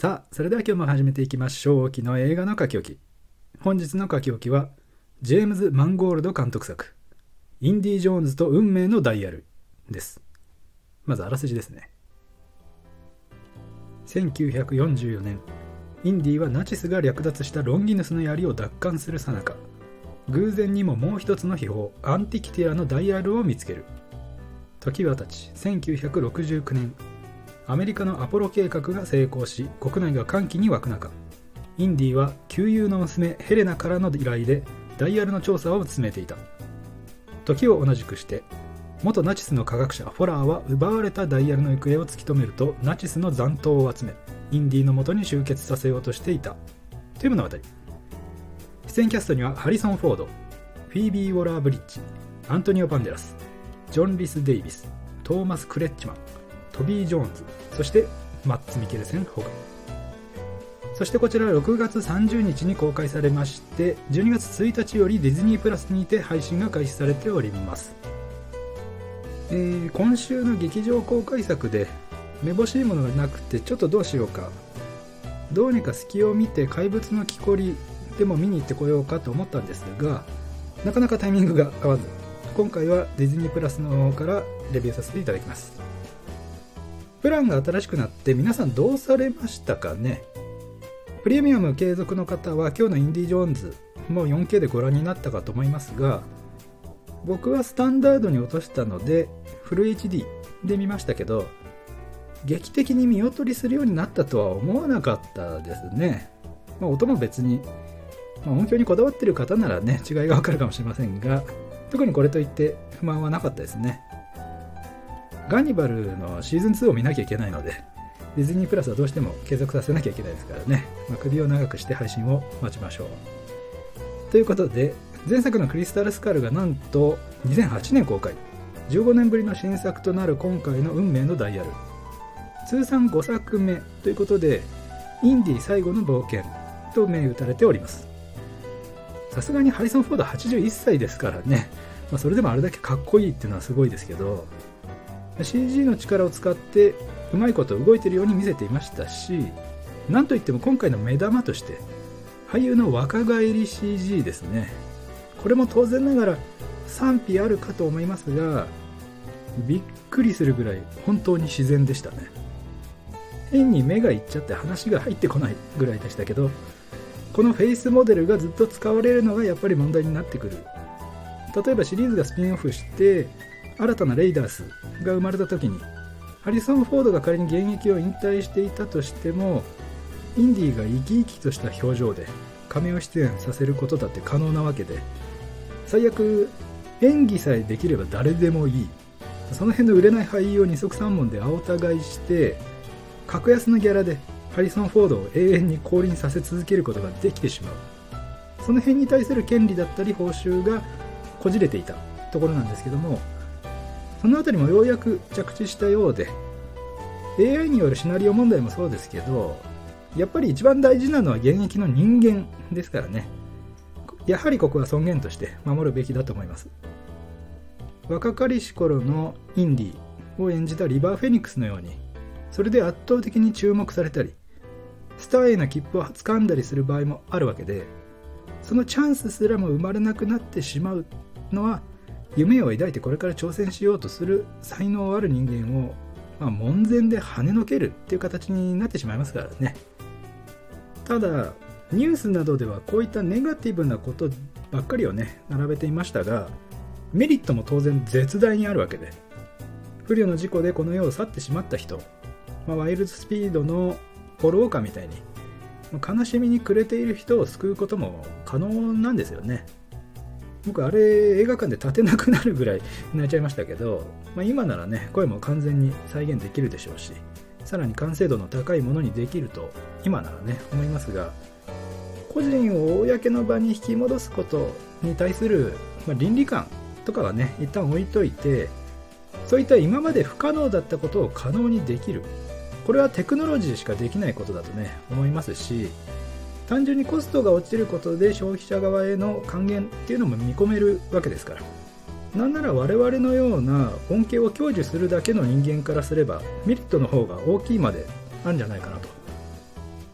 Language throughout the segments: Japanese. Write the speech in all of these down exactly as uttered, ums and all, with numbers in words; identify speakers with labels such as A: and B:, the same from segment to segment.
A: さあ、それでは今日も始めていきましょう。昨日映画の書き置き。本日の書き置きは、ジェームズ・マンゴールド監督作、インディ・ジョーンズと運命のダイヤルです。まずあらすじですね。せんきゅうひゃくよんじゅうよねん、インディはナチスが略奪したロンギヌスの槍を奪還する最中、偶然にももう一つの秘宝、アンティキティラのダイヤルを見つける。時は経ち、せんきゅうひゃくろくじゅうきゅうねん、アメリカのアポロ計画が成功し、国内が歓喜に沸く中、インディは旧友の娘ヘレナからの依頼でダイヤルの調査を進めていた。時を同じくして、元ナチスの科学者フォラーは奪われたダイヤルの行方を突き止めると、ナチスの残党を集め、インディの元に集結させようとしていたという物語。出演キャストにはハリソン・フォード、フィービー・ウォラーブリッジ、アントニオ・バンデラス、ジョン・リス・デイビス、トーマス・クレッチマン、トビー・ジョーンズ、そしてマッツ・ミケルセン・ホガン。そしてこちらはろくがつさんじゅうにちに公開されまして、じゅうにがつついたちよりディズニープラスにて配信が開始されております。えー、今週の劇場公開作でめぼしいものがなくて、ちょっとどうしようか、どうにか隙を見て怪物の木こりでも見に行ってこようかと思ったんですが、なかなかタイミングが合わず、今回はディズニープラスの方からレビューさせていただきます。プランが新しくなって皆さんどうされましたかね。プレミアム継続の方は今日のインディ・ジョーンズも よんケー でご覧になったかと思いますが、僕はスタンダードに落としたのでフル エイチディー で見ましたけど、劇的に見劣りするようになったとは思わなかったですね。まあ、音も別に、まあ、音響にこだわっている方ならね違いがわかるかもしれませんが、特にこれといって不満はなかったですね。ガンニバルのシーズンツーを見なきゃいけないので、ディズニープラスはどうしても継続させなきゃいけないですからね、まあ、首を長くして配信を待ちましょう。ということで、前作のクリスタルスカルがなんとにせんはちねん公開、じゅうごねんぶりの新作となる今回の運命のダイヤル、通算ごさくめということで、インディ最後の冒険と銘打たれております。さすがにハリソン・フォードはちじゅういっさいですからね、まあ、それでもあれだけかっこいいっていうのはすごいですけど、シージー の力を使ってうまいこと動いているように見せていましたし、なんといっても今回の目玉として俳優の若返り シージー ですね。これも当然ながら賛否あるかと思いますが、びっくりするぐらい本当に自然でしたね。変に目がいっちゃって話が入ってこないぐらいでしたけど、このフェイスモデルがずっと使われるのがやっぱり問題になってくる。例えばシリーズがスピンオフして新たなレイダースが生まれた時に、ハリソン・フォードが仮に現役を引退していたとしても、インディが生き生きとした表情でカメオ出演させることだって可能なわけで、最悪演技さえできれば誰でもいい、その辺の売れない俳優を二足三門で青たがいして格安のギャラでハリソン・フォードを永遠に降臨させ続けることができてしまう。その辺に対する権利だったり報酬がこじれていたところなんですけども、そのあたりもようやく着地したようで、 エーアイ によるシナリオ問題もそうですけど、やっぱり一番大事なのは現役の人間ですからね。やはりここは尊厳として守るべきだと思います。若かりし頃のインディを演じたリバー・フェニックスのように、それで圧倒的に注目されたりスターへの切符を掴んだりする場合もあるわけで、そのチャンスすらも生まれなくなってしまうのは、夢を抱いてこれから挑戦しようとする才能ある人間を、まあ、門前で跳ねのけるっていう形になってしまいますからね。ただニュースなどではこういったネガティブなことばっかりをね並べていましたが、メリットも当然絶大にあるわけで、不慮の事故でこの世を去ってしまった人、まあ、ワイルドスピードのポール・ウォーカーみたいに悲しみに暮れている人を救うことも可能なんですよね。僕あれ映画館で立てなくなるぐらい泣いちゃいましたけど、まあ、今ならね声も完全に再現できるでしょうし、さらに完成度の高いものにできると今ならね思いますが、個人を公の場に引き戻すことに対する、まあ、倫理観とかはね一旦置いといて、そういった今まで不可能だったことを可能にできる、これはテクノロジーしかできないことだとね思いますし、単純にコストが落ちることで消費者側への還元っていうのも見込めるわけですから、なんなら我々のような恩恵を享受するだけの人間からすればメリットの方が大きいまであるんじゃないかなと。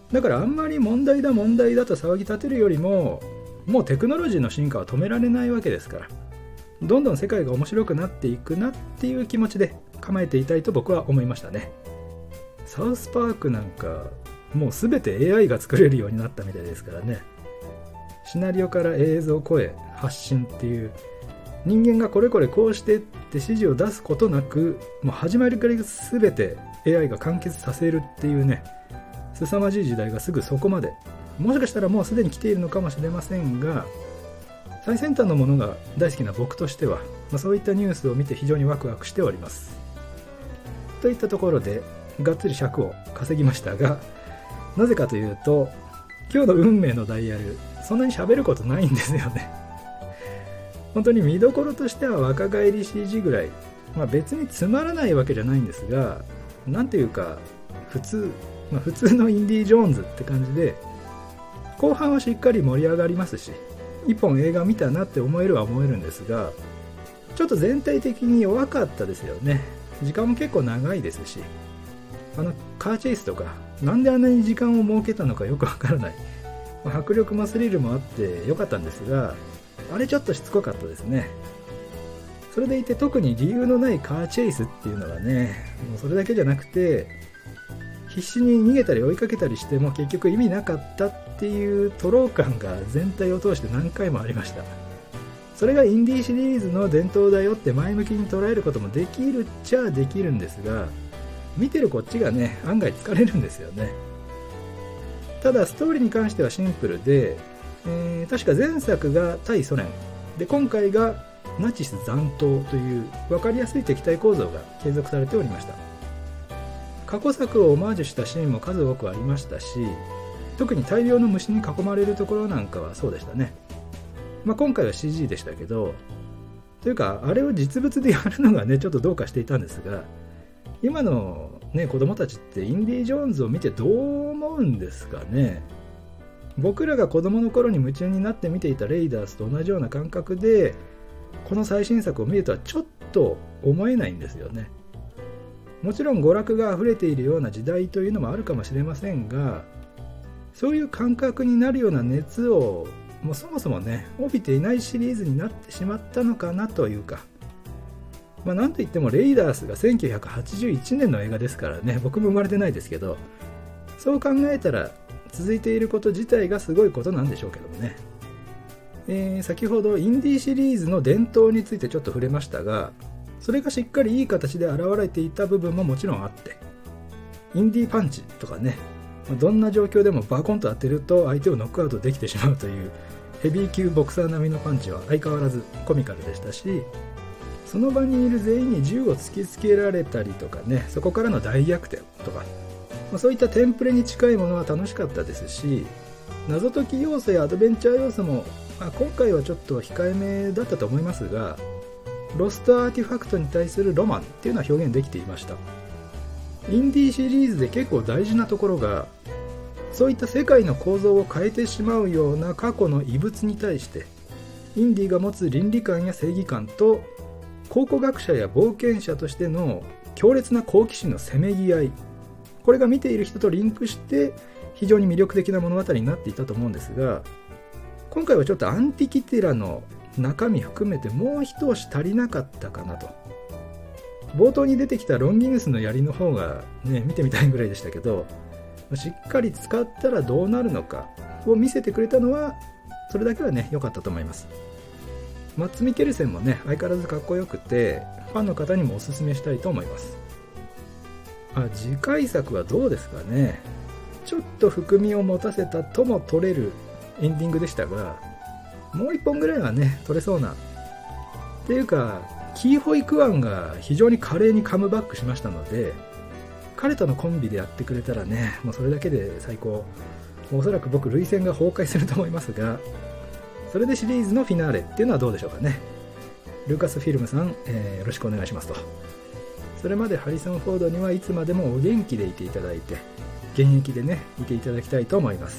A: だからあんまり問題だ問題だと騒ぎ立てるよりも、もうテクノロジーの進化は止められないわけですから、どんどん世界が面白くなっていくなっていう気持ちで構えていたいと僕は思いましたね。サウスパークなんかもう全て エーアイ が作れるようになったみたいですからね。シナリオから映像、声、発信っていう、人間がこれこれこうしてって指示を出すことなく、もう始まりから全て エーアイ が完結させるっていうね、凄まじい時代がすぐそこまで、もしかしたらもうすでに来ているのかもしれませんが、最先端のものが大好きな僕としては、まあ、そういったニュースを見て非常にワクワクしております。といったところでがっつり尺を稼ぎましたが、なぜかというと今日の運命のダイヤル、そんなに喋ることないんですよね。本当に見どころとしては若返り シージー ぐらい、まあ、別につまらないわけじゃないんですが、なんていうか普通、まあ、普通のインディ・ジョーンズって感じで、後半はしっかり盛り上がりますし、一本映画見たなって思えるは思えるんですが、ちょっと全体的に弱かったですよね。時間も結構長いですし、あのカーチェイスとかなんであんなに時間を設けたのかよくわからない、まあ、迫力もスリルもあって良かったんですが、あれちょっとしつこかったですね。それでいて特に理由のないカーチェイスっていうのがね、もうそれだけじゃなくて、必死に逃げたり追いかけたりしても結局意味なかったっていうトロー感が全体を通して何回もありました。それがインディーシリーズの伝統だよって前向きに捉えることもできるっちゃできるんですが、見てるこっちがね、案外疲れるんですよね。ただストーリーに関してはシンプルで、えー、確か前作が対ソ連で、今回がナチス残党という分かりやすい敵対構造が継続されておりました。過去作をオマージュしたシーンも数多くありましたし、特に大量の虫に囲まれるところなんかはそうでしたね。まあ、今回は シージー でしたけど、というかあれを実物でやるのがねちょっとどうかしていたんですが、今の、ね、子供たちってインディ・ジョーンズを見てどう思うんですかね。僕らが子供の頃に夢中になって見ていたレイダースと同じような感覚でこの最新作を見るとはちょっと思えないんですよね。もちろん娯楽が溢れているような時代というのもあるかもしれませんが、そういう感覚になるような熱をもうそもそもね帯びていないシリーズになってしまったのかなというか、まあなんといってもレイダースがせんきゅうひゃくはちじゅういちねんの映画ですからね、僕も生まれてないですけど、そう考えたら続いていること自体がすごいことなんでしょうけどもね。えー、先ほどインディーシリーズの伝統についてちょっと触れましたが、それがしっかりいい形で現れていた部分ももちろんあって、インディーパンチとかね、どんな状況でもバコンと当てると相手をノックアウトできてしまうというヘビー級ボクサー並みのパンチは相変わらずコミカルでしたし、その場にいる全員に銃を突きつけられたりとかね、そこからの大逆転とか、そういったテンプレに近いものは楽しかったですし、謎解き要素やアドベンチャー要素も、まあ、今回はちょっと控えめだったと思いますが、ロストアーティファクトに対するロマンっていうのは表現できていました。インディーシリーズで結構大事なところが、そういった世界の構造を変えてしまうような過去の遺物に対してインディが持つ倫理観や正義感と考古学者や冒険者としての強烈な好奇心のせめぎ合い、これが見ている人とリンクして非常に魅力的な物語になっていたと思うんですが、今回はちょっとアンティキティラの中身含めてもう一押し足りなかったかなと。冒頭に出てきたロンギヌスの槍の方がね見てみたいぐらいでしたけど、しっかり使ったらどうなるのかを見せてくれたのはそれだけはね良かったと思います。マッツ・ミケルセンもね相変わらずかっこよくて、ファンの方にもおすすめしたいと思います。あ、次回作はどうですかね。ちょっと含みを持たせたとも取れるエンディングでしたが、もう一本ぐらいはね取れそうなっていうか、キーホイ・クワンが非常に華麗にカムバックしましたので、彼とのコンビでやってくれたらね、もうそれだけで最高。おそらく僕、涙腺が崩壊すると思いますが、それでシリーズのフィナーレっていうのはどうでしょうかね。ルーカスフィルムさん、えー、よろしくお願いしますと。それまでハリソン・フォードにはいつまでもお元気でいていただいて、現役でねいていただきたいと思います。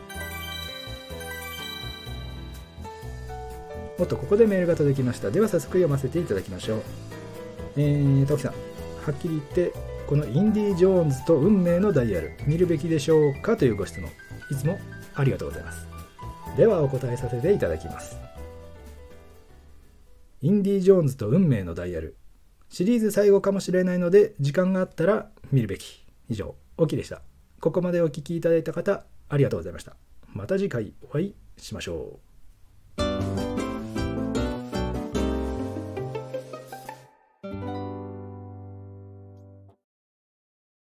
A: おっと、ここでメールが届きました。では早速読ませていただきましょう。えー、トキさん、はっきり言ってこのインディ・ジョーンズと運命のダイヤル見るべきでしょうかというご質問、いつもありがとうございます。ではお答えさせていただきます。インディ・ジョーンズと運命のダイヤル、シリーズ最後かもしれないので時間があったら見るべき。以上、オキでした。ここまでお聞きいただいた方ありがとうございました。また次回お会いしましょう。